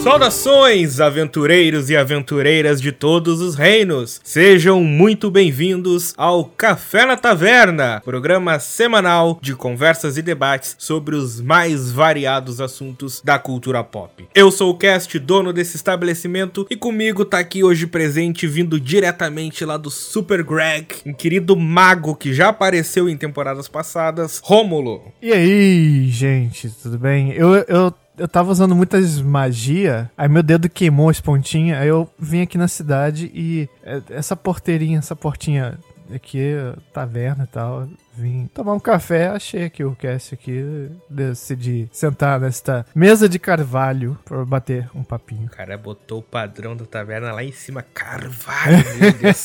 Saudações, aventureiros e aventureiras de todos os reinos! Sejam muito bem-vindos ao Café na Taverna, programa semanal de conversas e debates sobre os mais variados assuntos da cultura pop. Eu sou o Cast, dono desse estabelecimento, e comigo tá aqui hoje presente, vindo diretamente lá do Super Greg, um querido mago que já apareceu em temporadas passadas, Rômulo. E aí, gente, tudo bem? Eu tava usando muitas magia, aí meu dedo queimou as pontinhas, aí eu vim aqui na cidade e essa portinha aqui, taverna e tal, vim tomar um café, achei aqui o cast aqui, decidi sentar nesta mesa de carvalho pra bater um papinho. O cara botou o padrão da taverna lá em cima, carvalho, meu Deus.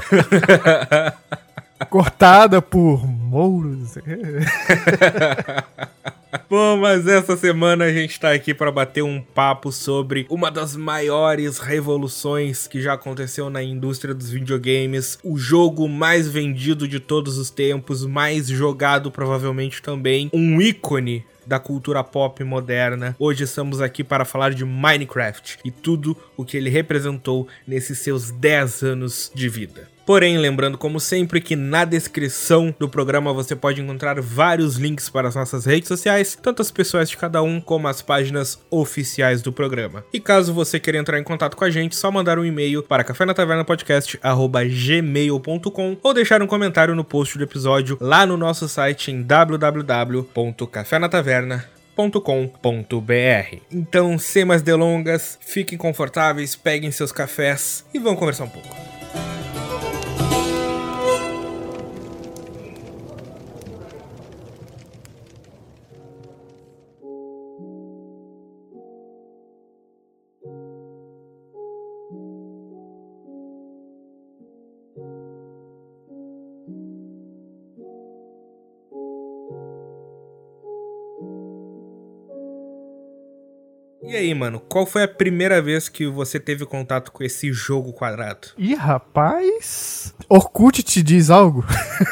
Cortada por mouros. Bom, mas essa semana a gente tá aqui para bater um papo sobre uma das maiores revoluções que já aconteceu na indústria dos videogames, o jogo mais vendido de todos os tempos, mais jogado provavelmente também, um ícone da cultura pop moderna. Hoje estamos aqui para falar de Minecraft e tudo o que ele representou nesses seus 10 anos de vida. Porém, lembrando como sempre que na descrição do programa você pode encontrar vários links para as nossas redes sociais, tanto as pessoais de cada um como as páginas oficiais do programa. E caso você queira entrar em contato com a gente, só mandar um e-mail para cafenatavernapodcast@gmail.com ou deixar um comentário no post do episódio lá no nosso site em www.cafenataverna.com.br. Então, sem mais delongas, fiquem confortáveis, peguem seus cafés e vamos conversar um pouco. E aí, mano, qual foi a primeira vez que você teve contato com esse jogo quadrado? Ih, rapaz, Orkut te diz algo?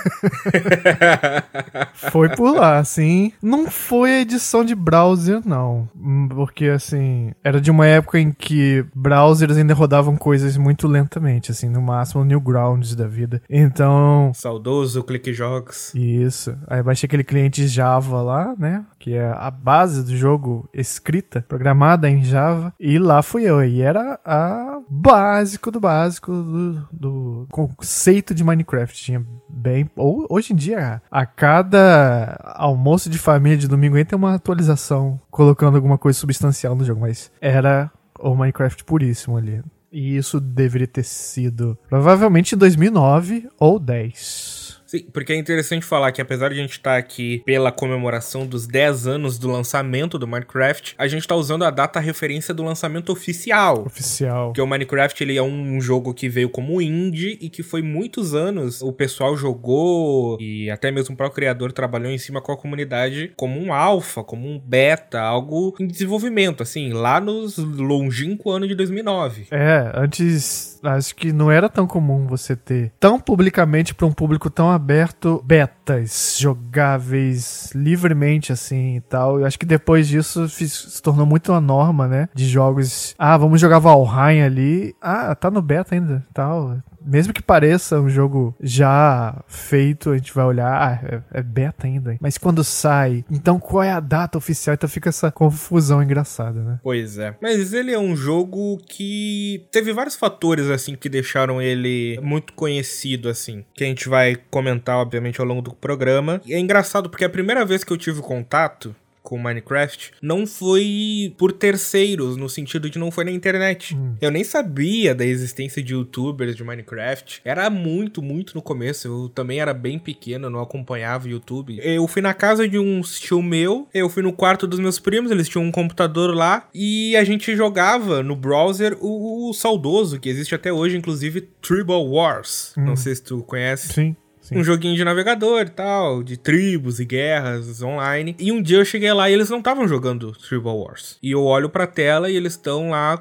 Foi por lá, assim. Não foi a edição de browser, não. Porque, assim, era de uma época em que browsers ainda rodavam coisas muito lentamente, assim, no máximo Newgrounds da vida. Então... Saudoso ClickJogos. Isso. Aí baixei aquele cliente Java lá, né? Que é a base do jogo escrita, programada em Java. E lá fui eu. E era a básico do básico do conceito de Minecraft. Tinha bem... Hoje em dia, a cada almoço de família de domingo aí tem uma atualização colocando alguma coisa substancial no jogo. Mas era o Minecraft puríssimo ali. E isso deveria ter sido provavelmente em 2009 ou 10. Sim, porque é interessante falar que apesar de a gente estar aqui pela comemoração dos 10 anos do lançamento do Minecraft, a gente tá usando a data referência do lançamento oficial. Porque o Minecraft, ele é um jogo que veio como indie e que foi muitos anos o pessoal jogou e até mesmo o próprio criador trabalhou em cima com a comunidade como um alpha, como um beta, algo em desenvolvimento, assim, lá nos longínquo ano de 2009. Antes acho que não era tão comum você ter tão publicamente para um público tão aberto betas jogáveis livremente assim e tal. Eu acho que depois disso se tornou muito uma norma, né? De jogos, vamos jogar Valheim ali, tá no beta ainda, tal. Mesmo que pareça um jogo já feito, a gente vai olhar, é beta ainda. Mas quando sai, então qual é a data oficial? Então fica essa confusão engraçada, né? Pois é. Mas ele é um jogo que teve vários fatores, assim, que deixaram ele muito conhecido, assim. Que a gente vai comentar, obviamente, ao longo do programa. E é engraçado porque a primeira vez que eu tive contato com Minecraft não foi por terceiros, no sentido de não foi na internet. Eu nem sabia da existência de youtubers de Minecraft. Era muito no começo. Eu também era bem pequeno, não acompanhava o YouTube. Eu fui na casa de um tio meu, eu fui no quarto dos meus primos, eles tinham um computador lá, e a gente jogava no browser o saudoso, que existe até hoje, inclusive, Tribal Wars. Não sei se tu conhece. Sim. Sim. Um joguinho de navegador e tal, de tribos e guerras online. E um dia eu cheguei lá e eles não estavam jogando Tribal Wars. E eu olho pra tela e eles estão lá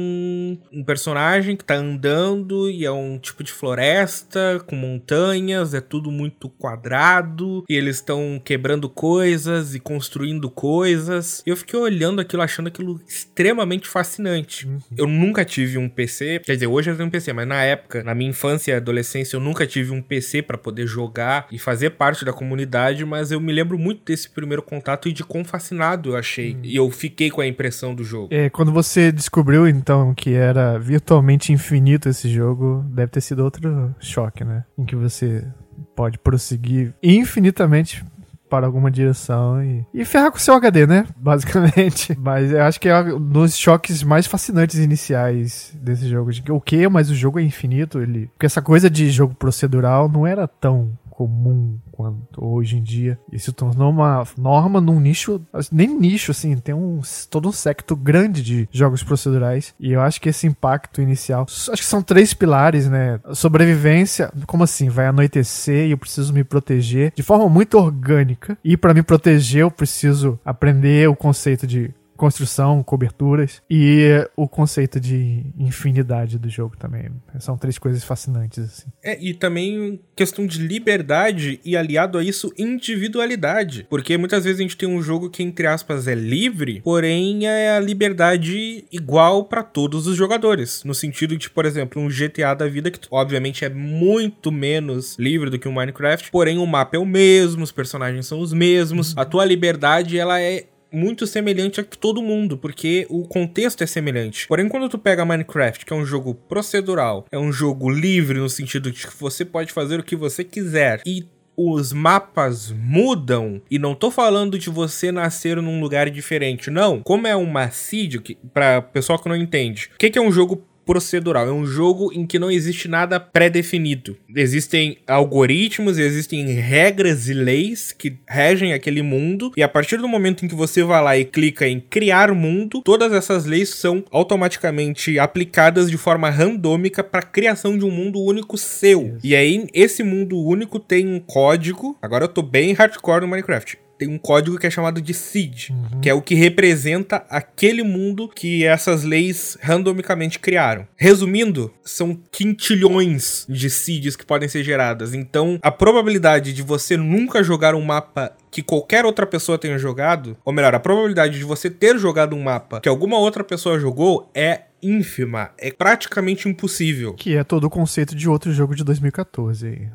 com um personagem que tá andando e é um tipo de floresta com montanhas, é tudo muito quadrado. E eles estão quebrando coisas e construindo coisas. E eu fiquei olhando aquilo, achando aquilo extremamente fascinante. Eu nunca tive um PC, quer dizer, hoje eu tenho um PC, mas na época, na minha infância e adolescência, eu nunca tive um PC pra poder jogar e fazer parte da comunidade, mas eu me lembro muito desse primeiro contato e de quão fascinado eu achei. E eu fiquei com a impressão do jogo. Quando você descobriu, então, que era virtualmente infinito esse jogo, deve ter sido outro choque, né? Em que você pode prosseguir infinitamente para alguma direção e ferrar com o seu HD, né? Basicamente. Mas eu acho que é um dos choques mais fascinantes iniciais desse jogo. Mas o jogo é infinito. Porque essa coisa de jogo procedural não era tão comum quanto hoje em dia. Isso tornou uma norma num nicho, nem nicho, assim, tem todo um secto grande de jogos procedurais. E eu acho que esse impacto inicial, acho que são 3 pilares, né? Sobrevivência, como assim? Vai anoitecer e eu preciso me proteger de forma muito orgânica. E para me proteger eu preciso aprender o conceito de construção, coberturas e o conceito de infinidade do jogo também. São 3 coisas fascinantes, assim. E também questão de liberdade e aliado a isso, individualidade. Porque muitas vezes a gente tem um jogo que, entre aspas, é livre, porém é a liberdade igual pra todos os jogadores. No sentido de, por exemplo, um GTA da vida, que obviamente é muito menos livre do que um Minecraft, porém o mapa é o mesmo, os personagens são os mesmos, a tua liberdade, ela é muito semelhante a todo mundo, porque o contexto é semelhante. Porém, quando tu pega Minecraft, que é um jogo procedural, é um jogo livre no sentido de que você pode fazer o que você quiser e os mapas mudam, e não tô falando de você nascer num lugar diferente, não. Como é uma seed, pra pessoal que não entende, o que é um jogo procedural? É um jogo em que não existe nada pré-definido. Existem algoritmos, existem regras e leis que regem aquele mundo, e a partir do momento em que você vai lá e clica em criar mundo, todas essas leis são automaticamente aplicadas de forma randômica para a criação de um mundo único seu. E aí, esse mundo único tem um código. Agora eu tô bem hardcore no Minecraft. Tem um código que é chamado de seed, que é o que representa aquele mundo que essas leis randomicamente criaram. Resumindo, são quintilhões de seeds que podem ser geradas. Então, a probabilidade de você nunca jogar um mapa que qualquer outra pessoa tenha jogado, ou melhor, a probabilidade de você ter jogado um mapa que alguma outra pessoa jogou é ínfima, é praticamente impossível. Que é todo o conceito de outro jogo de 2014.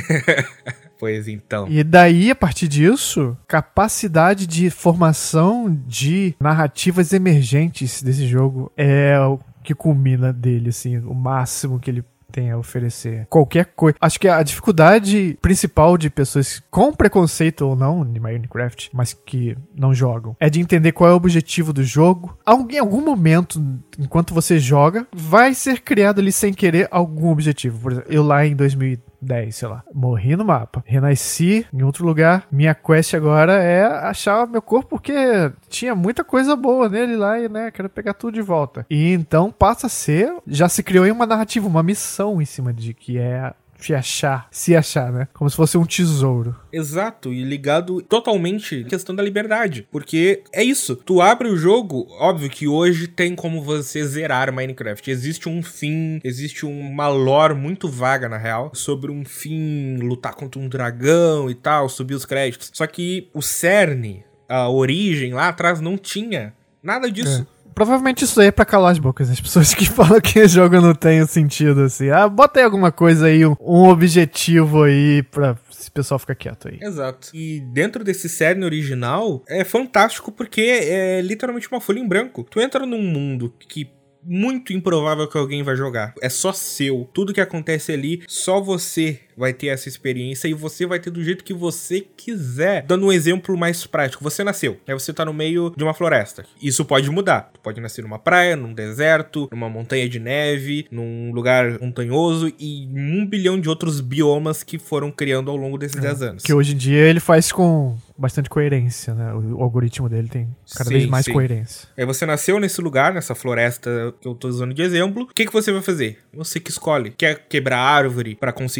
Pois então. E daí, a partir disso, capacidade de formação de narrativas emergentes desse jogo é o que culmina dele, assim, o máximo que ele tem a oferecer. Qualquer coisa. Acho que a dificuldade principal de pessoas com preconceito ou não de Minecraft, mas que não jogam, é de entender qual é o objetivo do jogo. Em algum momento, enquanto você joga, vai ser criado ali sem querer algum objetivo. Por exemplo, eu lá em 2010, sei lá, morri no mapa, renasci em outro lugar, minha quest agora é achar meu corpo porque tinha muita coisa boa nele lá e, né, quero pegar tudo de volta. E então passa a ser, já se criou aí uma narrativa, uma missão em cima de que é se achar, né? Como se fosse um tesouro. Exato, e ligado totalmente à questão da liberdade, porque é isso, tu abre o jogo, óbvio que hoje tem como você zerar Minecraft, existe um fim, existe uma lore muito vaga na real, sobre um fim, lutar contra um dragão e tal, subir os créditos, só que o cerne, a origem lá atrás não tinha nada disso. Provavelmente isso aí é pra calar as bocas das pessoas que falam que o jogo não tem sentido, assim. Ah, bota aí alguma coisa aí, um objetivo aí pra esse pessoal ficar quieto aí. Exato. E dentro desse cerne original, é fantástico porque é literalmente uma folha em branco. Tu entra num mundo que muito improvável que alguém vai jogar. É só seu. Tudo que acontece ali, só você vai ter essa experiência e você vai ter do jeito que você quiser. Dando um exemplo mais prático, você nasceu, aí você tá no meio de uma floresta. Isso pode mudar. Tu pode nascer numa praia, num deserto, numa montanha de neve, num lugar montanhoso e 1 bilhão de outros biomas que foram criando ao longo desses 10 anos. Que hoje em dia ele faz com bastante coerência, né? O algoritmo dele tem cada vez mais coerência. Aí você nasceu nesse lugar, nessa floresta que eu tô usando de exemplo. O que você vai fazer? Você que escolhe. Quer quebrar árvore pra conseguir as ferramentas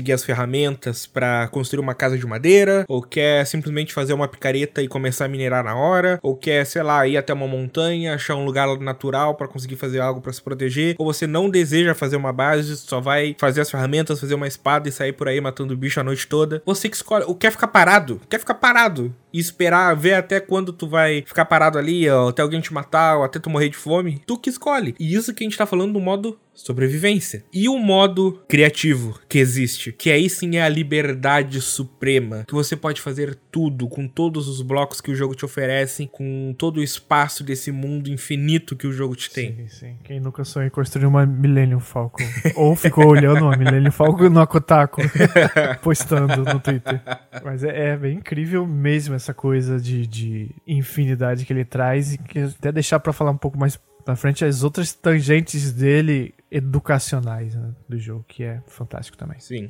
ferramentas pra construir uma casa de madeira, ou quer simplesmente fazer uma picareta e começar a minerar na hora, ou quer, sei lá, ir até uma montanha, achar um lugar natural pra conseguir fazer algo pra se proteger, ou você não deseja fazer uma base, só vai fazer as ferramentas, fazer uma espada e sair por aí matando bicho a noite toda. Você que escolhe, ou quer ficar parado e esperar, ver até quando tu vai ficar parado ali, ou até alguém te matar, ou até tu morrer de fome, tu que escolhe. E isso que a gente tá falando do modo sobrevivência. E o modo criativo que existe, que aí sim é a liberdade suprema, que você pode fazer tudo, com todos os blocos que o jogo te oferece, com todo o espaço desse mundo infinito que o jogo te tem. Sim, sim. Quem nunca sonhou em construir uma Millennium Falcon? Ou ficou olhando uma Millennium Falcon no Kotaku, postando no Twitter. Mas é bem incrível mesmo essa coisa de infinidade que ele traz, e que até deixar pra falar um pouco mais pra frente as outras tangentes dele educacionais, né, do jogo, que é fantástico também. Sim.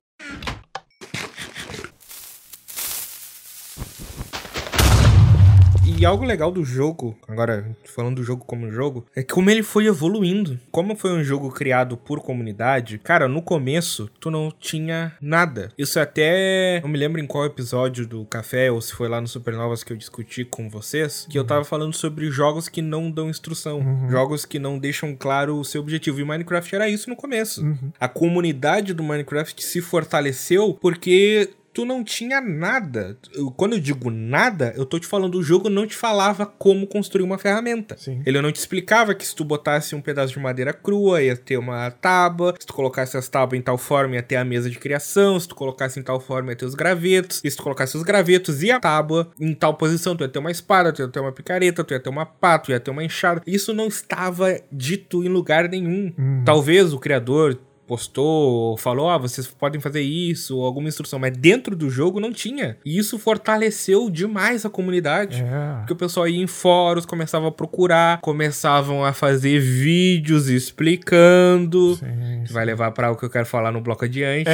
E algo legal do jogo, agora falando do jogo como jogo, é como ele foi evoluindo. Como foi um jogo criado por comunidade, cara, no começo tu não tinha nada. Isso até, não me lembro em qual episódio do Café, ou se foi lá no Supernovas que eu discuti com vocês, que eu tava falando sobre jogos que não dão instrução, jogos que não deixam claro o seu objetivo. E Minecraft era isso no começo. A comunidade do Minecraft se fortaleceu porque tu não tinha nada. Quando eu digo nada, eu tô te falando, o jogo não te falava como construir uma ferramenta. Sim. Ele não te explicava que se tu botasse um pedaço de madeira crua, ia ter uma tábua, se tu colocasse as tábuas em tal forma, ia ter a mesa de criação, se tu colocasse em tal forma, ia ter os gravetos, e se tu colocasse os gravetos e a tábua em tal posição, tu ia ter uma espada, tu ia ter uma picareta, tu ia ter uma pá, tu ia ter uma enxada. Isso não estava dito em lugar nenhum. Talvez o criador postou, falou, vocês podem fazer isso, ou alguma instrução, mas dentro do jogo não tinha. E isso fortaleceu demais a comunidade. Porque o pessoal ia em fóruns, começava a procurar, começavam a fazer vídeos explicando. Sim. Vai levar pra o que eu quero falar no bloco adiante.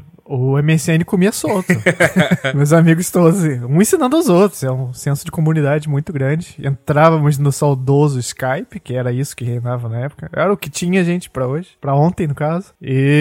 O MSN comia solto. Meus amigos todos, um ensinando aos outros. É um senso de comunidade muito grande. Entrávamos no saudoso Skype, que era isso que reinava na época. Era o que tinha gente pra hoje. Pra ontem, no caso.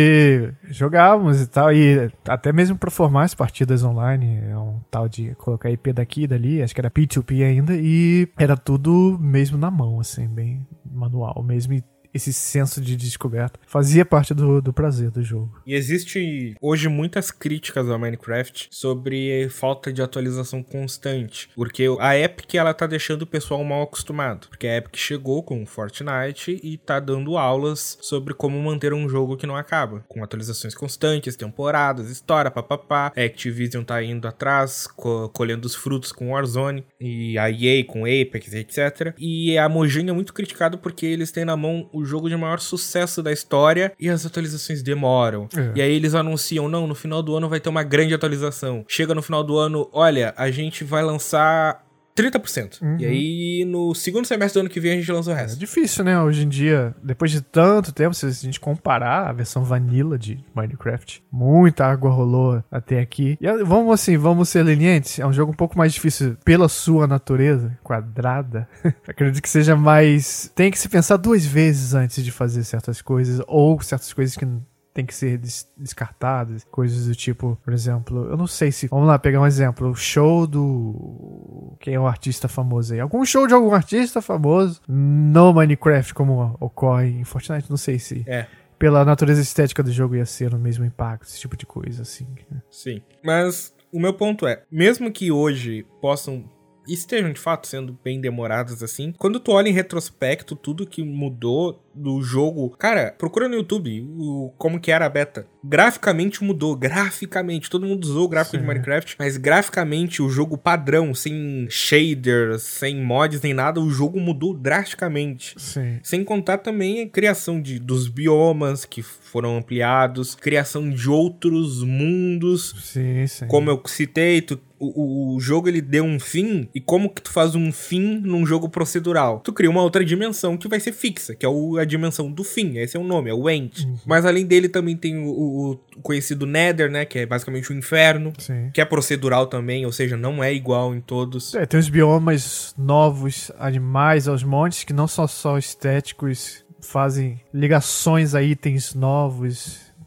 E jogávamos e tal. E até mesmo pra formar as partidas online. É um tal de colocar IP daqui e dali. Acho que era P2P ainda. E era tudo mesmo na mão, assim, bem manual mesmo. E esse senso de descoberta fazia parte do prazer do jogo. E existe hoje muitas críticas ao Minecraft sobre falta de atualização constante, porque a Epic ela tá deixando o pessoal mal acostumado, porque a Epic chegou com Fortnite e tá dando aulas sobre como manter um jogo que não acaba, com atualizações constantes, temporadas, história, papapá. A Activision tá indo atrás, colhendo os frutos com Warzone, e a EA com Apex, etc. E a Mojang é muito criticado porque eles têm na mão o jogo de maior sucesso da história e as atualizações demoram. E aí eles anunciam, não, no final do ano vai ter uma grande atualização. Chega no final do ano, olha, a gente vai lançar 30%. E aí, no segundo semestre do ano que vem, a gente lança o resto. É difícil, né? Hoje em dia, depois de tanto tempo, se a gente comparar a versão vanilla de Minecraft, muita água rolou até aqui. E vamos ser lenientes, é um jogo um pouco mais difícil pela sua natureza quadrada. Acredito que seja mais... Tem que se pensar duas vezes antes de fazer certas coisas, ou certas coisas que tem que ser descartadas, coisas do tipo, por exemplo, eu não sei se... Vamos lá, pegar um exemplo, o show do... Quem é o artista famoso aí? Algum show de algum artista famoso no Minecraft, como ocorre em Fortnite, não sei se... Pela natureza estética do jogo ia ser o mesmo impacto, esse tipo de coisa, assim. Sim, mas o meu ponto é, mesmo que hoje estejam de fato sendo bem demoradas assim, quando tu olha em retrospecto tudo que mudou do jogo, cara, procura no YouTube como que era a beta. Graficamente mudou, todo mundo usou o gráfico de Minecraft, mas graficamente o jogo padrão, sem shaders, sem mods, nem nada, o jogo mudou drasticamente. Sem contar também a criação dos biomas que foram ampliados, criação de outros mundos. Como eu citei, o jogo ele deu um fim, e como que tu faz um fim num jogo procedural? Tu cria uma outra dimensão que vai ser fixa, que é a dimensão do fim, esse é o nome, é o End. Mas além dele também tem o conhecido Nether, né, que é basicamente o inferno, que é procedural também, ou seja, não é igual em todos. Tem os biomas novos, animais aos montes, que não são só estéticos, fazem ligações a itens novos.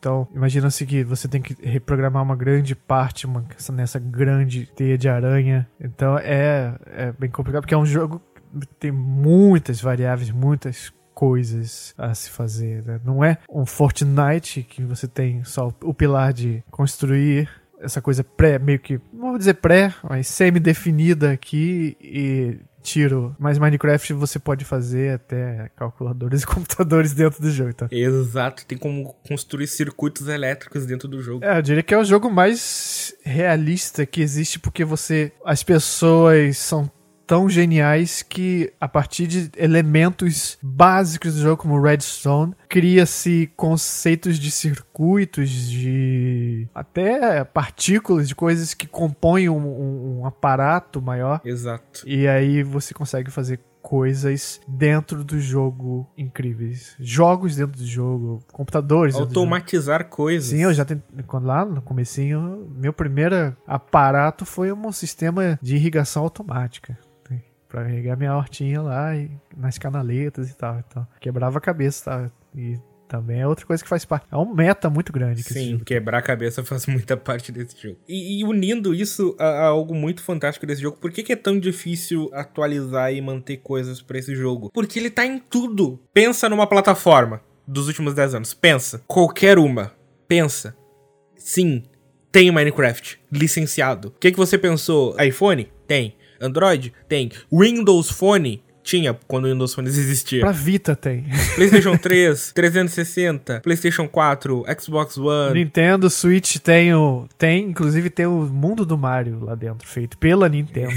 Então, imagina-se que você tem que reprogramar uma grande parte nessa grande teia de aranha. Então, é bem complicado, porque é um jogo que tem muitas variáveis, muitas coisas a se fazer, né? Não é um Fortnite que você tem só o pilar de construir essa coisa meio que, não vou dizer mas semi-definida aqui e tiro. Mas Minecraft você pode fazer até calculadores e computadores dentro do jogo, então. Exato, tem como construir circuitos elétricos dentro do jogo. Eu diria que é o jogo mais realista que existe, porque as pessoas são tão geniais que, a partir de elementos básicos do jogo, como Redstone, cria-se conceitos de circuitos, de até partículas, de coisas que compõem um aparato maior. Exato. E aí você consegue fazer coisas dentro do jogo incríveis. Jogos dentro do jogo, computadores dentro do jogo. Automatizar coisas. Sim, eu já quando lá no comecinho, meu primeiro aparato foi um sistema de irrigação automática. Pra irrigar minha hortinha lá nas canaletas e tal. Então, quebrava a cabeça, tá? E também é outra coisa que faz parte. É um meta muito grande. Sim, quebrar a cabeça faz muita parte desse jogo. E unindo isso a algo muito fantástico desse jogo, por que é tão difícil atualizar e manter coisas pra esse jogo? Porque ele tá em tudo. Pensa numa plataforma dos últimos 10 anos. Pensa. Qualquer uma. Pensa. Sim, tem Minecraft. Licenciado. O que você pensou? iPhone? Tem. Android? Tem. Windows Phone? Tinha, quando o Windows Phone existia. Pra Vita tem. PlayStation 3, 360, PlayStation 4, Xbox One. Nintendo Switch inclusive tem o mundo do Mario lá dentro, feito pela Nintendo.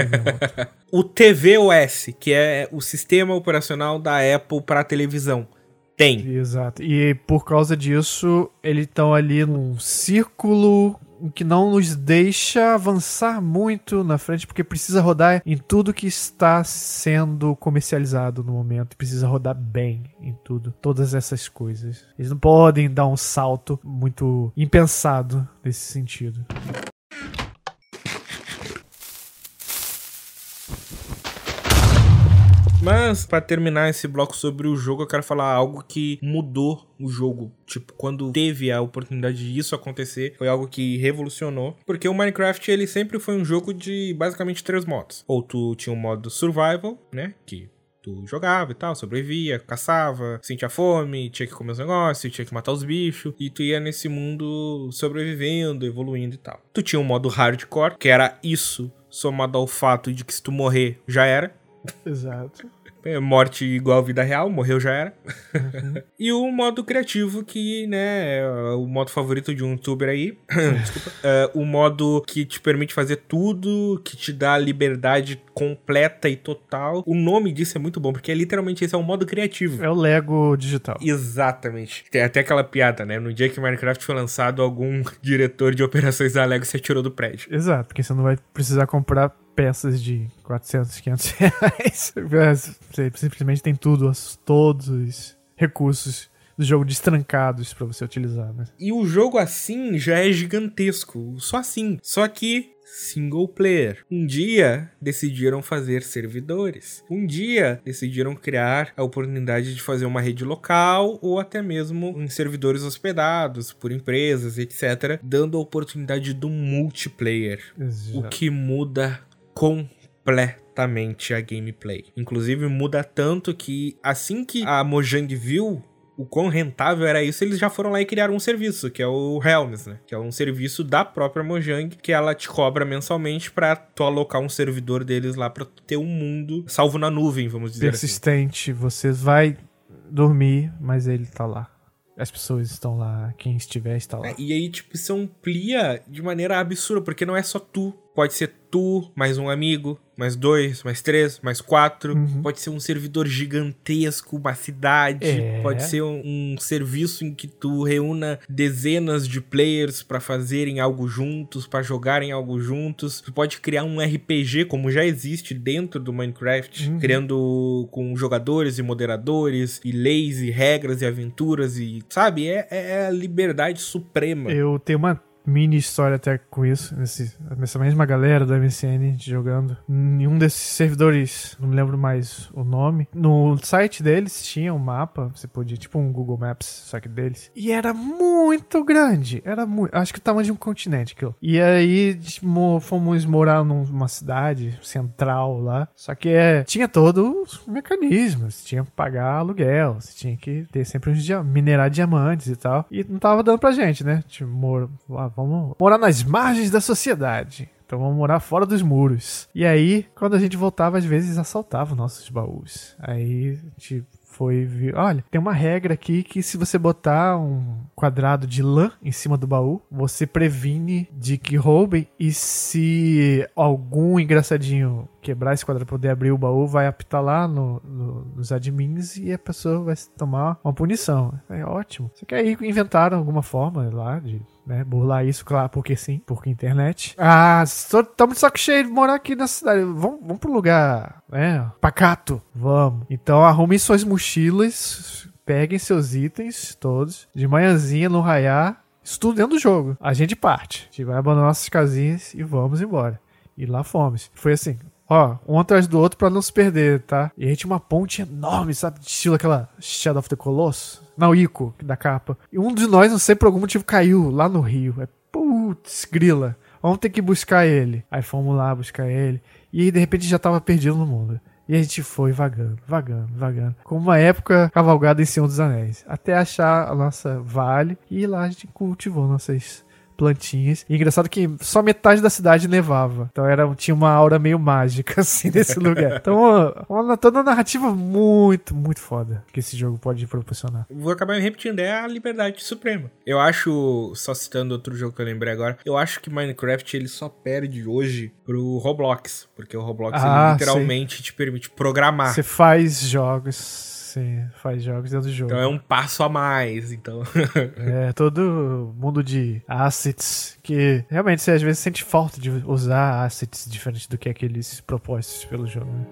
O tvOS, que é o sistema operacional da Apple para televisão. Tem. Exato. E por causa disso, eles estão ali num círculo que não nos deixa avançar muito na frente, porque precisa rodar em tudo que está sendo comercializado no momento. Precisa rodar bem em tudo. Todas essas coisas. Eles não podem dar um salto muito impensado nesse sentido. Mas, pra terminar esse bloco sobre o jogo, eu quero falar algo que mudou o jogo. Tipo, quando teve a oportunidade de isso acontecer, foi algo que revolucionou. Porque o Minecraft, ele sempre foi um jogo de basicamente 3 modos. Ou tu tinha um modo survival, né, que tu jogava e tal, sobrevivia, caçava, sentia fome, tinha que comer os negócios, tinha que matar os bichos, e tu ia nesse mundo sobrevivendo, evoluindo e tal. Tu tinha um modo hardcore, que era isso, somado ao fato de que se tu morrer, já era. Exato. Morte igual a vida real, morreu já era. Uhum. E o modo criativo, que, né, é o modo favorito de um youtuber aí. Desculpa. O modo que te permite fazer tudo, que te dá liberdade completa e total. O nome disso é muito bom, porque literalmente esse é um modo criativo. É o Lego digital. Exatamente. Tem até aquela piada, né? No dia que Minecraft foi lançado, algum diretor de operações da Lego se atirou do prédio. Exato, porque você não vai precisar comprar peças de 400, 500 reais. Você simplesmente tem todos os recursos do jogo destrancados pra você utilizar, né? E o jogo assim já é gigantesco. Só assim. Só que single player. Um dia decidiram fazer servidores. Um dia decidiram criar a oportunidade de fazer uma rede local ou até mesmo em servidores hospedados por empresas, etc. Dando a oportunidade do multiplayer. Exato. O que muda completamente a gameplay. Inclusive muda tanto que assim que a Mojang viu o quão rentável era isso, eles já foram lá e criaram um serviço, que é o Realms, né? Que é um serviço da própria Mojang, que ela te cobra mensalmente pra tu alocar um servidor deles lá pra tu ter um mundo salvo na nuvem, vamos dizer persistente, assim. Você vai dormir, mas ele tá lá. As pessoas estão lá, quem estiver está lá. E aí, tipo, isso amplia de maneira absurda, porque não é só tu. Pode ser tu, mais um amigo, mais 2, mais 3, mais 4. Uhum. Pode ser um servidor gigantesco, uma cidade. Pode ser um serviço em que tu reúna dezenas de players pra fazerem algo juntos, pra jogarem algo juntos. Tu pode criar um RPG, como já existe dentro do Minecraft, criando com jogadores e moderadores, e leis e regras e aventuras, e sabe? É a liberdade suprema. Eu tenho uma mini história até com isso, nessa mesma galera do MSN jogando. Em um desses servidores, não me lembro mais o nome, no site deles tinha um mapa, você podia, tipo um Google Maps, só que deles. E era muito grande, acho que o tamanho de um continente aquilo. E aí fomos morar numa cidade central lá, só que tinha todos os mecanismos, tinha que pagar aluguel, você tinha que ter sempre minerar diamantes e tal. E não tava dando pra gente, né? Tipo, vamos morar nas margens da sociedade. Então vamos morar fora dos muros. E aí, quando a gente voltava, às vezes assaltava nossos baús. Aí a gente olha, tem uma regra aqui que se você botar um quadrado de lã em cima do baú, você previne de que roubem, e se algum engraçadinho quebrar esse quadrado pra poder abrir o baú, vai apitar lá nos admins e a pessoa vai tomar uma punição. É ótimo. Só que aí inventaram alguma forma lá de burlar isso, claro, porque sim, porque internet. Estamos de saco cheio de morar aqui na cidade. Vamos pro lugar, pacato. Vamos. Então arrumem suas mochilas, peguem seus itens todos, de manhãzinha no raiar, isso tudo dentro do jogo. A gente parte. A gente vai abandonar nossas casinhas e vamos embora. E lá fomos. Foi assim, um atrás do outro pra não se perder, tá? E a gente tinha uma ponte enorme, sabe? Estilo aquela Shadow of the Colossus. Não, Ico, da capa. E um de nós, não sei, por algum motivo, caiu lá no rio. Putz, grila. Vamos ter que buscar ele. Aí fomos lá buscar ele. E aí, de repente, já tava perdido no mundo. E a gente foi vagando. Como uma época cavalgada em Senhor dos Anéis. Até achar a nossa vale. E lá a gente cultivou nossas plantinhas. E engraçado que só metade da cidade nevava. Então tinha uma aura meio mágica, assim, nesse lugar. Então, toda uma narrativa muito, muito foda que esse jogo pode proporcionar. Vou acabar me repetindo, é a liberdade suprema. Eu acho, só citando outro jogo que eu lembrei agora, eu acho que Minecraft, ele só perde hoje pro Roblox. Porque o Roblox, ele literalmente te permite programar. Você faz jogos... Sim, faz jogos dentro do jogo. Então é um passo a mais, então. Todo mundo de assets, que realmente você às vezes sente falta de usar assets diferentes do que aqueles propostos pelo jogo, né?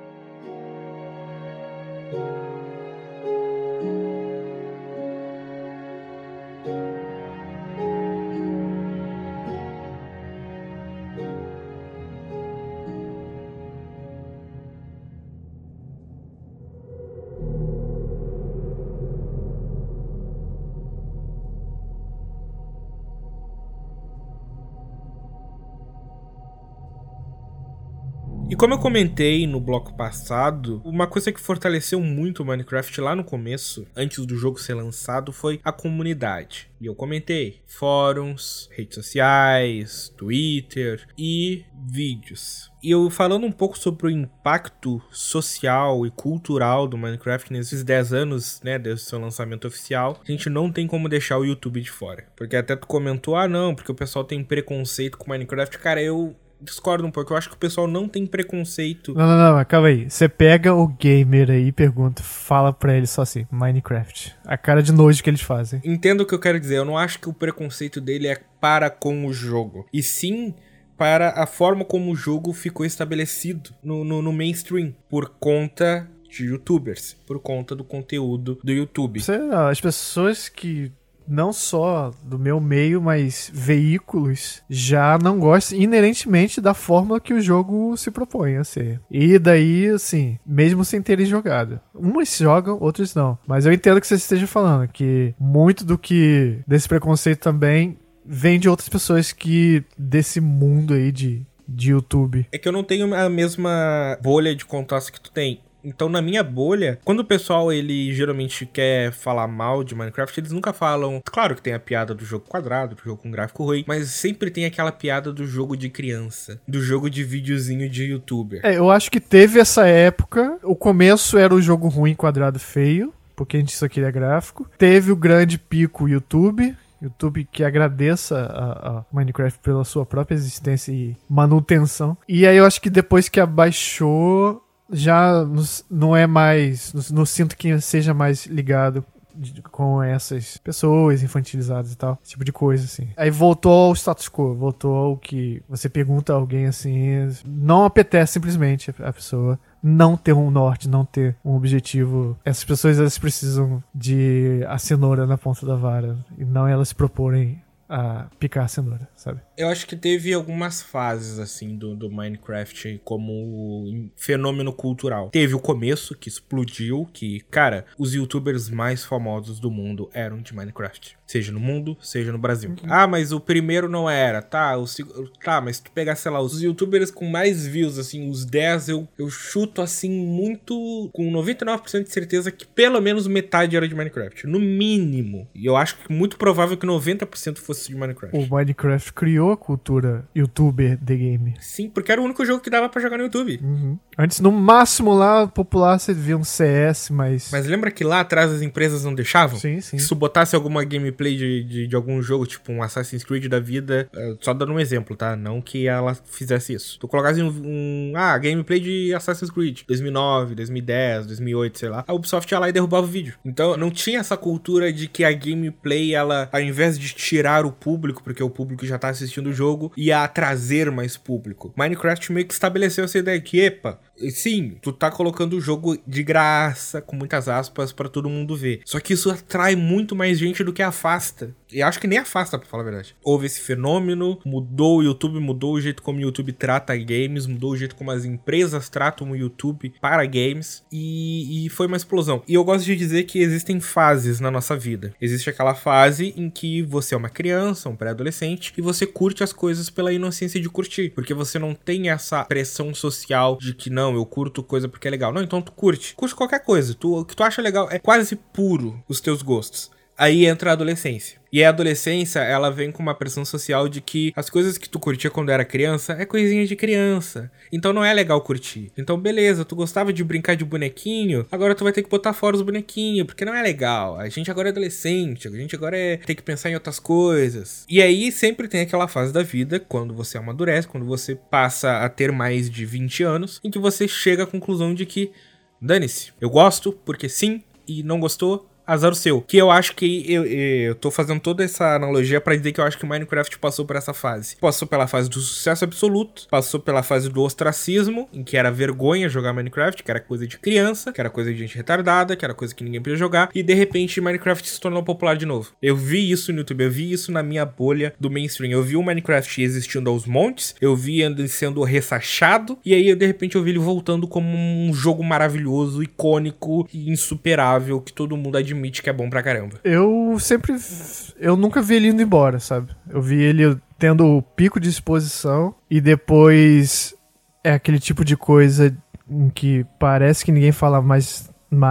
E como eu comentei no bloco passado, uma coisa que fortaleceu muito o Minecraft lá no começo, antes do jogo ser lançado, foi a comunidade. E eu comentei fóruns, redes sociais, Twitter e vídeos. E eu falando um pouco sobre o impacto social e cultural do Minecraft nesses 10 anos, né, desde o seu lançamento oficial, a gente não tem como deixar o YouTube de fora. Porque até tu comentou, não, porque o pessoal tem preconceito com Minecraft. Cara, eu discordo um pouco, eu acho que o pessoal não tem preconceito. Não, calma aí. Você pega o gamer aí e pergunta, fala pra ele só assim, Minecraft. A cara de nojo que eles fazem. Entendo o que eu quero dizer, eu não acho que o preconceito dele é para com o jogo, e sim para a forma como o jogo ficou estabelecido no mainstream, por conta de youtubers, por conta do conteúdo do YouTube. As pessoas que não só do meu meio, mas veículos já não gostam inerentemente da forma que o jogo se propõe a ser. E daí, assim, mesmo sem terem jogado. Uns jogam, outros não. Mas eu entendo que você esteja falando que muito desse preconceito também vem de outras pessoas desse mundo aí de YouTube. É que eu não tenho a mesma bolha de contato que tu tem. Então, na minha bolha, quando o pessoal, ele geralmente quer falar mal de Minecraft, eles nunca falam... Claro que tem a piada do jogo quadrado, do jogo com gráfico ruim, mas sempre tem aquela piada do jogo de criança, do jogo de videozinho de youtuber. Eu acho que teve essa época. O começo era o jogo ruim, quadrado feio, porque a gente só queria gráfico. Teve o grande pico YouTube que agradeça a Minecraft pela sua própria existência e manutenção. E aí eu acho que depois que abaixou... já não é mais... Não sinto que seja mais ligado com essas pessoas infantilizadas e tal. Esse tipo de coisa, assim. Aí voltou ao status quo. Voltou ao que você pergunta a alguém, assim... Não apetece simplesmente a pessoa não ter um norte, não ter um objetivo. Essas pessoas, elas precisam de a cenoura na ponta da vara. E não elas se proporem a picar a cenoura, sabe? Eu acho que teve algumas fases, assim, do Minecraft como fenômeno cultural. Teve o começo, que explodiu, que, cara, os youtubers mais famosos do mundo eram de Minecraft. Seja no mundo, seja no Brasil. Ah, mas o primeiro não era. Tá, mas se tu pegar, sei lá, os youtubers com mais views, assim, os 10, eu chuto, assim, muito, com 99% de certeza que pelo menos metade era de Minecraft. No mínimo. E eu acho que muito provável que 90% fosse de Minecraft. O Minecraft criou a cultura youtuber de game. Sim, porque era o único jogo que dava pra jogar no YouTube. Antes, no máximo lá, popular, você via um CS, mas... Mas lembra que lá atrás as empresas não deixavam? Sim, sim. Se tu botasse alguma gameplay de algum jogo, tipo um Assassin's Creed da vida, só dando um exemplo, tá? Não que ela fizesse isso. Tu colocasse gameplay de Assassin's Creed 2009, 2010, 2008, sei lá. A Ubisoft ia lá e derrubava o vídeo. Então não tinha essa cultura de que a gameplay, ela, ao invés de tirar o público, porque o público já tá assistindo o jogo, ia trazer mais público. Minecraft meio que estabeleceu essa ideia que, sim, tu tá colocando o jogo de graça, com muitas aspas, pra todo mundo ver. Só que isso atrai muito mais gente do que afasta. E acho que nem afasta, pra falar a verdade. Houve esse fenômeno, mudou o YouTube, mudou o jeito como o YouTube trata games, mudou o jeito como as empresas tratam o YouTube para games, e foi uma explosão. E eu gosto de dizer que existem fases na nossa vida. Existe aquela fase em que você é uma criança, um pré-adolescente, e você curte as coisas pela inocência de curtir, porque você não tem essa pressão social de que não, eu curto coisa porque é legal. Não, então tu curte qualquer coisa, o que tu acha legal, é quase puro os teus gostos. Aí entra a adolescência. E a adolescência, ela vem com uma pressão social de que as coisas que tu curtia quando era criança é coisinha de criança. Então não é legal curtir. Então beleza, tu gostava de brincar de bonequinho, agora tu vai ter que botar fora os bonequinhos, porque não é legal. A gente agora é adolescente, a gente agora tem que pensar em outras coisas. E aí sempre tem aquela fase da vida, quando você amadurece, quando você passa a ter mais de 20 anos, em que você chega à conclusão de que, dane-se, eu gosto porque sim, e não gostou, azar o seu. Que eu acho que eu tô fazendo toda essa analogia pra dizer que eu acho que o Minecraft passou por essa fase. Passou pela fase do sucesso absoluto, passou pela fase do ostracismo, em que era vergonha jogar Minecraft, que era coisa de criança, que era coisa de gente retardada, que era coisa que ninguém podia jogar, e de repente Minecraft se tornou popular de novo. Eu vi isso no YouTube, eu vi isso na minha bolha do mainstream. Eu vi o Minecraft existindo aos montes, eu vi ele sendo ressachado, e aí de repente eu vi ele voltando como um jogo maravilhoso, icônico e insuperável, que todo mundo admite que é bom pra caramba. Eu nunca vi ele indo embora, sabe? Eu vi ele tendo o pico de exposição e depois é aquele tipo de coisa em que parece que ninguém fala mais.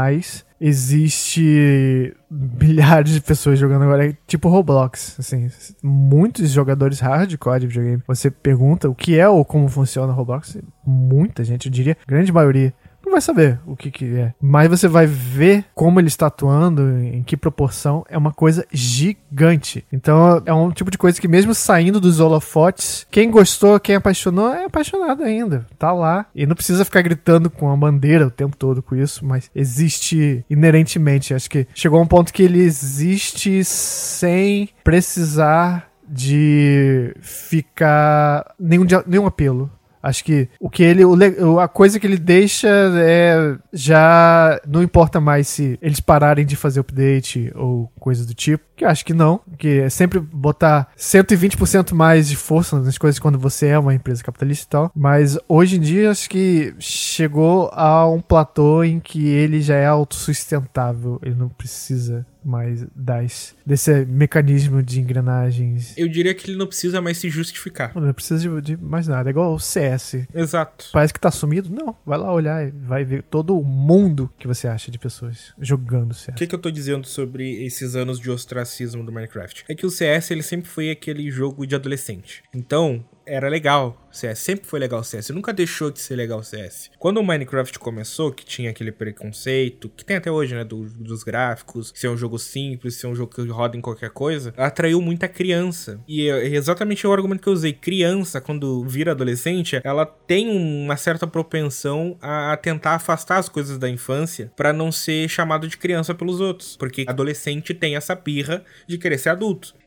Existe milhares de pessoas jogando agora, tipo Roblox, assim, muitos jogadores hardcore de videogame. Você pergunta o que é ou como funciona o Roblox, muita gente, eu diria, grande maioria, não vai saber o que é. Mas você vai ver como ele está atuando, em que proporção, é uma coisa gigante. Então é um tipo de coisa que mesmo saindo dos holofotes, quem gostou, quem apaixonou, é apaixonado ainda. Tá lá. E não precisa ficar gritando com a bandeira o tempo todo com isso, mas existe inerentemente. Acho que chegou a um ponto que ele existe sem precisar de ficar nenhum apelo. Acho que a coisa que ele deixa já não importa mais se eles pararem de fazer update ou coisa do tipo, que eu acho que não, que é sempre botar 120% mais de força nas coisas quando você é uma empresa capitalista e tal, mas hoje em dia acho que chegou a um platô em que ele já é autossustentável, ele não precisa mais desse mecanismo de engrenagens. Eu diria que ele não precisa mais se justificar. Não precisa de mais nada. É igual o CS. Exato. Parece que tá sumido. Não. Vai lá olhar e vai ver todo o mundo que você acha de pessoas jogando CS. O que eu tô dizendo sobre esses anos de ostracismo do Minecraft? É que o CS, ele sempre foi aquele jogo de adolescente. Então, era legal o CS, sempre foi legal o CS, nunca deixou de ser legal o CS. Quando o Minecraft começou, que tinha aquele preconceito, que tem até hoje, né, dos gráficos, se é um jogo simples, se é um jogo que roda em qualquer coisa, atraiu muita criança. E é exatamente o argumento que eu usei. Criança, quando vira adolescente, ela tem uma certa propensão a tentar afastar as coisas da infância pra não ser chamado de criança pelos outros. Porque adolescente tem essa pirra de querer ser adulto.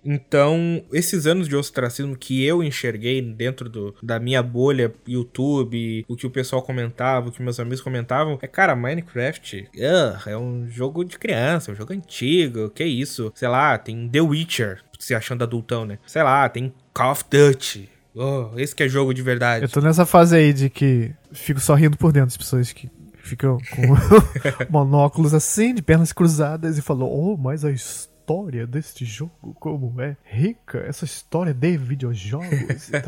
Então, esses anos de ostracismo que eu enxerguei dentro da minha bolha YouTube, o que o pessoal comentava, o que meus amigos comentavam, cara, Minecraft é um jogo de criança, um jogo antigo, que isso? Sei lá, tem The Witcher, se achando adultão, né? Sei lá, tem Call of Duty. Esse que é jogo de verdade. Eu tô nessa fase aí de que fico só rindo por dentro, as pessoas que ficam com monóculos assim, de pernas cruzadas, e falam, mas a história deste jogo, como é rica, essa história de videojogos e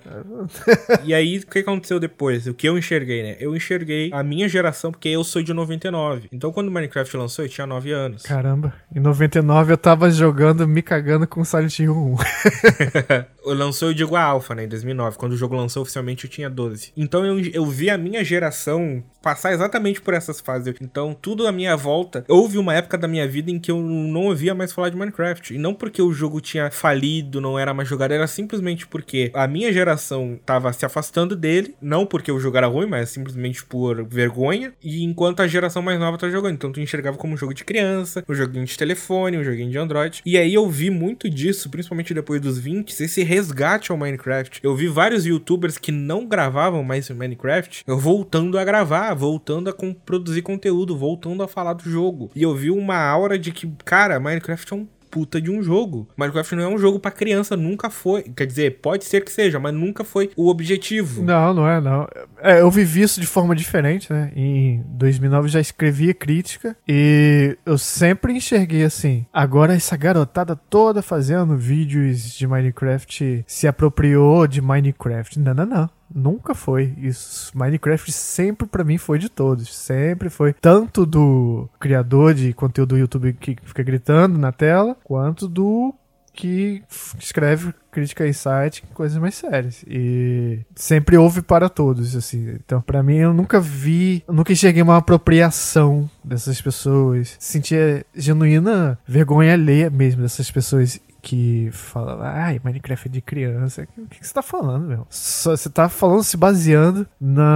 tal. E aí, o que aconteceu depois? O que eu enxerguei, né? Eu enxerguei a minha geração, porque eu sou de 99. Então, quando o Minecraft lançou, eu tinha 9 anos. Caramba, em 99 eu tava jogando, me cagando com Silent Hill 1. Lançou, eu digo a Alpha, né, em 2009. Quando o jogo lançou oficialmente, eu tinha 12. Então eu vi a minha geração passar exatamente por essas fases. Então, tudo à minha volta. Houve uma época da minha vida em que eu não ouvia mais falar de Minecraft. E não porque o jogo tinha falido, não era mais jogado, era simplesmente porque a minha geração tava se afastando dele. Não porque o jogo era ruim, mas simplesmente por vergonha. E enquanto a geração mais nova tá jogando. Então, tu enxergava como um jogo de criança, um joguinho de telefone, um joguinho de Android. E aí eu vi muito disso, principalmente depois dos 20, esse resgate ao Minecraft. Eu vi vários youtubers que não gravavam mais Minecraft, voltando a gravar, voltando a produzir conteúdo, voltando a falar do jogo. E eu vi uma aura de que, cara, Minecraft é um puta de um jogo. Minecraft não é um jogo pra criança, nunca foi. Quer dizer, pode ser que seja, mas nunca foi o objetivo. Não é, não. Eu vivi isso de forma diferente, né? Em 2009 eu já escrevia crítica e eu sempre enxerguei assim, agora essa garotada toda fazendo vídeos de Minecraft se apropriou de Minecraft. Não. Nunca foi isso. Minecraft sempre pra mim foi de todos. Sempre foi. Tanto do criador de conteúdo do YouTube que fica gritando na tela, quanto do que escreve crítica em site, coisas mais sérias. E sempre houve para todos, assim. Então, pra mim, eu nunca enxerguei uma apropriação dessas pessoas. Sentia genuína vergonha alheia mesmo dessas pessoas que fala, Minecraft é de criança. O que você tá falando, meu? Você tá falando, se baseando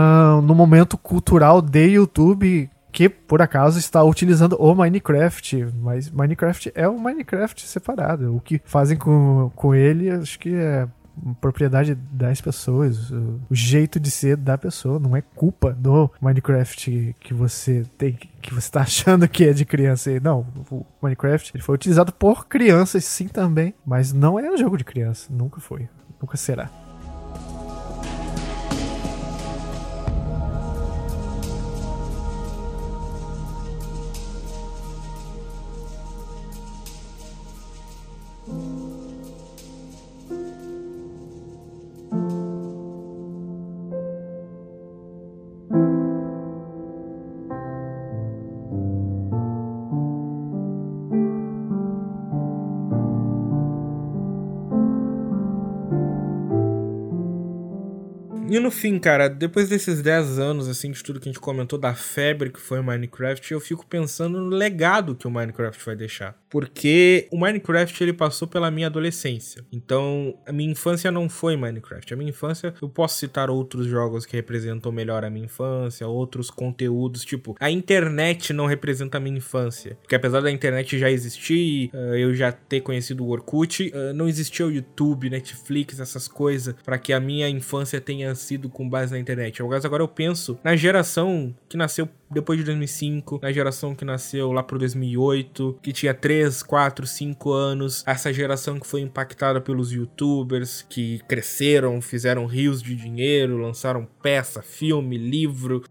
no momento cultural de YouTube, que por acaso está utilizando o Minecraft, mas Minecraft é um Minecraft separado. O que fazem com ele, acho que é propriedade das pessoas, o jeito de ser da pessoa, não é culpa do Minecraft que você tem, que você tá achando que é de criança. Não, o Minecraft ele foi utilizado por crianças sim também, mas não é um jogo de criança, nunca foi, nunca será. E no fim, cara, depois desses 10 anos, assim, de tudo que a gente comentou, da febre que foi o Minecraft, eu fico pensando no legado que o Minecraft vai deixar. Porque o Minecraft, ele passou pela minha adolescência. Então, a minha infância não foi Minecraft. A minha infância, eu posso citar outros jogos que representam melhor a minha infância, outros conteúdos, tipo, a internet não representa a minha infância. Porque apesar da internet já existir, eu já ter conhecido o Orkut, não existia o YouTube, Netflix, essas coisas, pra que a minha infância tenha sido com base na internet. Agora eu penso na geração que nasceu depois de 2005, na geração que nasceu lá pro 2008, que tinha 3, 4, 5 anos, essa geração que foi impactada pelos youtubers, que cresceram, fizeram rios de dinheiro, lançaram peça, filme, livro.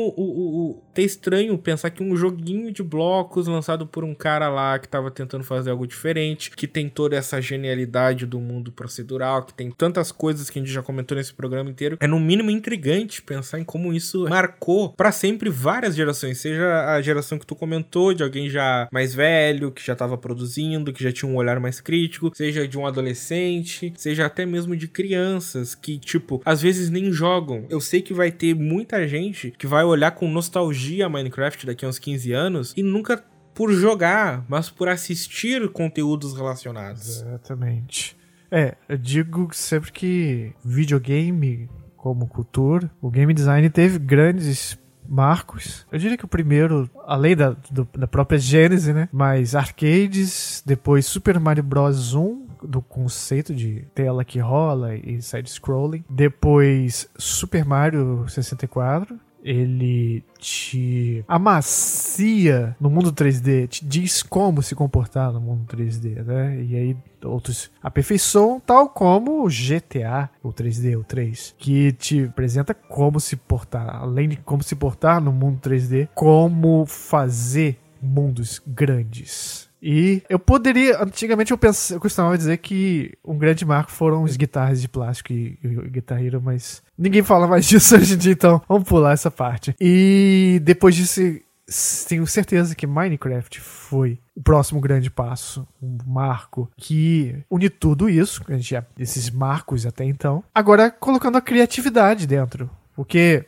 Como é estranho pensar que um joguinho de blocos lançado por um cara lá que tava tentando fazer algo diferente, que tem toda essa genialidade do mundo procedural, que tem tantas coisas que a gente já comentou nesse programa inteiro, é no mínimo intrigante pensar em como isso marcou pra sempre várias gerações, seja a geração que tu comentou, de alguém já mais velho, que já tava produzindo, que já tinha um olhar mais crítico, seja de um adolescente, seja até mesmo de crianças que, tipo, às vezes nem jogam. Eu sei que vai ter muita gente que vai olhar com nostalgia a Minecraft daqui a uns 15 anos e nunca por jogar, mas por assistir conteúdos relacionados. Exatamente. Eu digo sempre que videogame como cultura, o game design teve grandes marcos. Eu diria que o primeiro, além da própria Gênese, né? Mas arcades, depois Super Mario Bros. 1, do conceito de tela que rola e side-scrolling. Depois, Super Mario 64. Ele te amacia no mundo 3D, te diz como se comportar no mundo 3D, né? E aí outros aperfeiçoam, tal como o GTA, o 3D, o 3, que te apresenta como se portar, além de como se portar no mundo 3D, como fazer mundos grandes. E eu poderia, antigamente eu costumava dizer que um grande marco foram os guitarras de plástico e Guitar Hero, mas ninguém fala mais disso hoje em dia, então vamos pular essa parte. E depois disso, tenho certeza que Minecraft foi o próximo grande passo, um marco que une tudo isso, esses marcos até então, agora colocando a criatividade dentro. Porque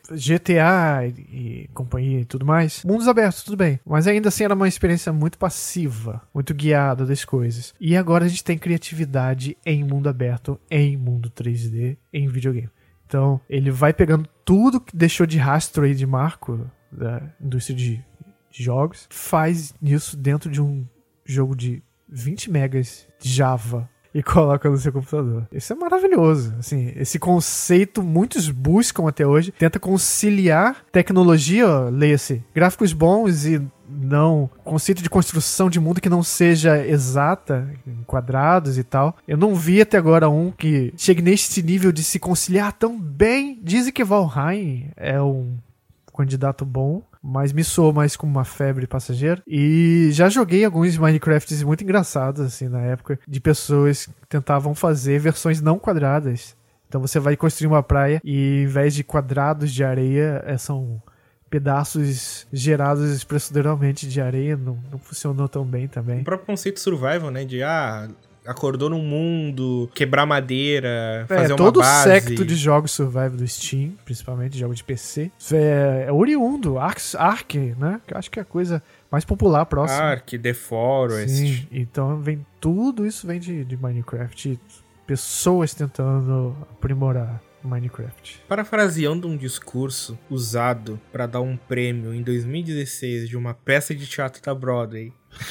GTA e companhia e tudo mais, mundos abertos, tudo bem. Mas ainda assim era uma experiência muito passiva, muito guiada das coisas. E agora a gente tem criatividade em mundo aberto, em mundo 3D, em videogame. Então ele vai pegando tudo que deixou de rastro aí de marco da indústria de jogos, faz isso dentro de um jogo de 20 megas de Java e coloca no seu computador. Isso é maravilhoso. Assim, esse conceito muitos buscam até hoje. Tenta conciliar tecnologia, leia-se, gráficos bons e não conceito de construção de mundo que não seja exata, em quadrados e tal. Eu não vi até agora um que chegue neste nível de se conciliar tão bem. Dizem que Valheim é um candidato bom, mas me soou mais como uma febre passageira. E já joguei alguns Minecrafts muito engraçados, assim, na época, de pessoas que tentavam fazer versões não quadradas. Então você vai construir uma praia e, em vez de quadrados de areia, são pedaços gerados proceduralmente de areia. Não funcionou tão bem também. O próprio conceito survival, né? De, acordou num mundo, quebrar madeira, fazer uma todo base. Todo o secto de jogos survival do Steam, principalmente jogos de PC, é oriundo, Ark, né? Que eu acho que é a coisa mais popular próxima. Ark, The Forest. Sim, então tudo isso vem de Minecraft, pessoas tentando aprimorar Minecraft. Parafraseando um discurso usado para dar um prêmio em 2016 de uma peça de teatro da Broadway,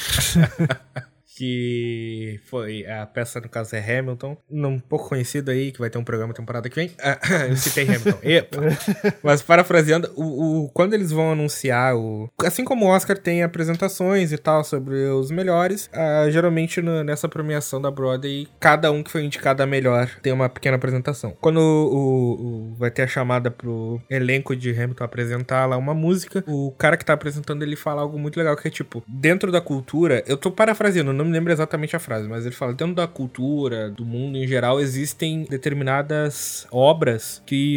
que foi a peça, no caso é Hamilton, um pouco conhecido aí, que vai ter um programa temporada que vem. Eu citei Hamilton. Epa. Mas parafraseando, quando eles vão anunciar assim como o Oscar tem apresentações e tal sobre os melhores, geralmente nessa premiação da Broadway, cada um que foi indicado a melhor tem uma pequena apresentação. Quando vai ter a chamada pro elenco de Hamilton apresentar lá uma música, o cara que tá apresentando, ele fala algo muito legal, que é tipo, dentro da cultura, eu tô parafraseando, não me lembro exatamente a frase, mas ele fala, dentro da cultura, do mundo em geral, existem determinadas obras que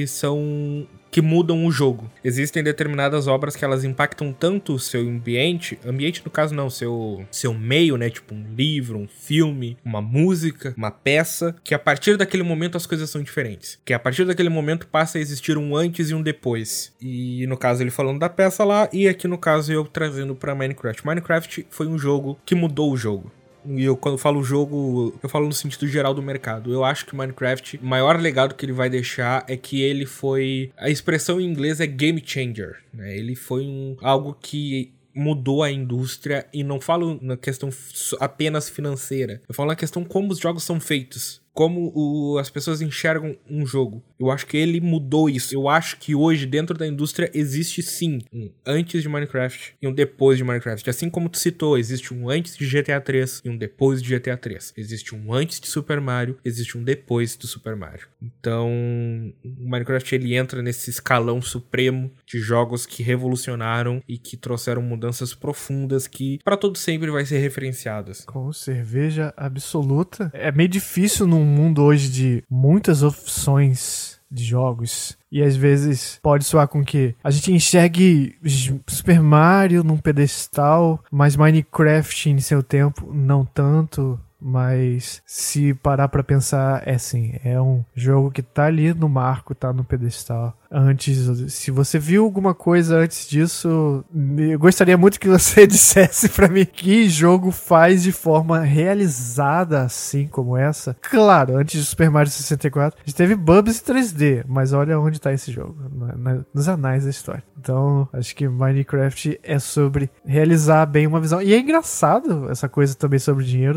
mudam o jogo. Existem determinadas obras que elas impactam tanto o seu ambiente no caso não, seu meio, né, tipo um livro, um filme, uma música, uma peça, que a partir daquele momento as coisas são diferentes. Que a partir daquele momento passa a existir um antes e um depois. E no caso ele falando da peça lá, e aqui no caso eu trazendo pra Minecraft. Minecraft foi um jogo que mudou o jogo. E quando falo jogo, eu falo no sentido geral do mercado. Eu acho que o Minecraft, o maior legado que ele vai deixar é que ele foi... A expressão em inglês é game changer, né? Ele foi algo que mudou a indústria, e não falo na questão apenas financeira. Eu falo na questão como os jogos são feitos. Como as pessoas enxergam um jogo. Eu acho que ele mudou isso. Eu acho que hoje, dentro da indústria, existe sim um antes de Minecraft e um depois de Minecraft. Assim como tu citou, existe um antes de GTA 3 e um depois de GTA 3. Existe um antes de Super Mario, existe um depois do Super Mario. Então, o Minecraft, ele entra nesse escalão supremo de jogos que revolucionaram e que trouxeram mudanças profundas que, para todo sempre, vai ser referenciadas. Com cerveja absoluta. É meio difícil num mundo hoje de muitas opções de jogos, e às vezes pode soar com que a gente enxergue Super Mario num pedestal, mas Minecraft em seu tempo não tanto. Mas se parar pra pensar, é um jogo que tá ali no marco, tá no pedestal. Antes, se você viu alguma coisa antes disso, eu gostaria muito que você dissesse pra mim que jogo faz de forma realizada assim como essa. Claro, antes de Super Mario 64, a gente teve Bubsy 3D, mas olha onde tá esse jogo, nos anais da história. Então, acho que Minecraft é sobre realizar bem uma visão. E é engraçado essa coisa também sobre dinheiro, né? Bizarro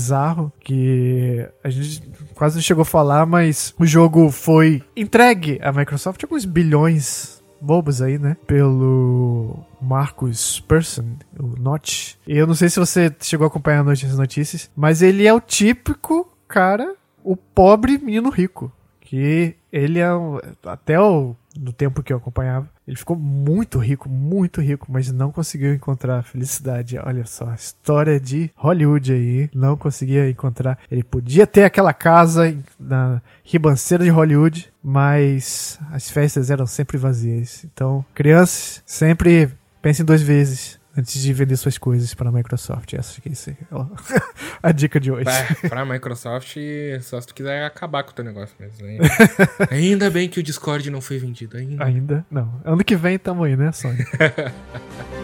bizarro que a gente quase não chegou a falar, mas o jogo foi entregue à Microsoft alguns bilhões bobos aí, né? Pelo Marcus Persson, o Notch. E eu não sei se você chegou a acompanhar as notícias, mas ele é o típico cara, o pobre menino rico. Que ele é, no tempo que eu acompanhava, ele ficou muito rico, mas não conseguiu encontrar felicidade. Olha só, a história de Hollywood aí, não conseguia encontrar. Ele podia ter aquela casa na ribanceira de Hollywood, mas as festas eram sempre vazias. Então, crianças, sempre pensem 2 vezes antes de vender suas coisas para a Microsoft. Essa aqui é a dica de hoje. Pra Microsoft, só se tu quiser acabar com o teu negócio mesmo. Ainda bem que o Discord não foi vendido. Ainda não. Ano que vem tamo aí, né, Sony?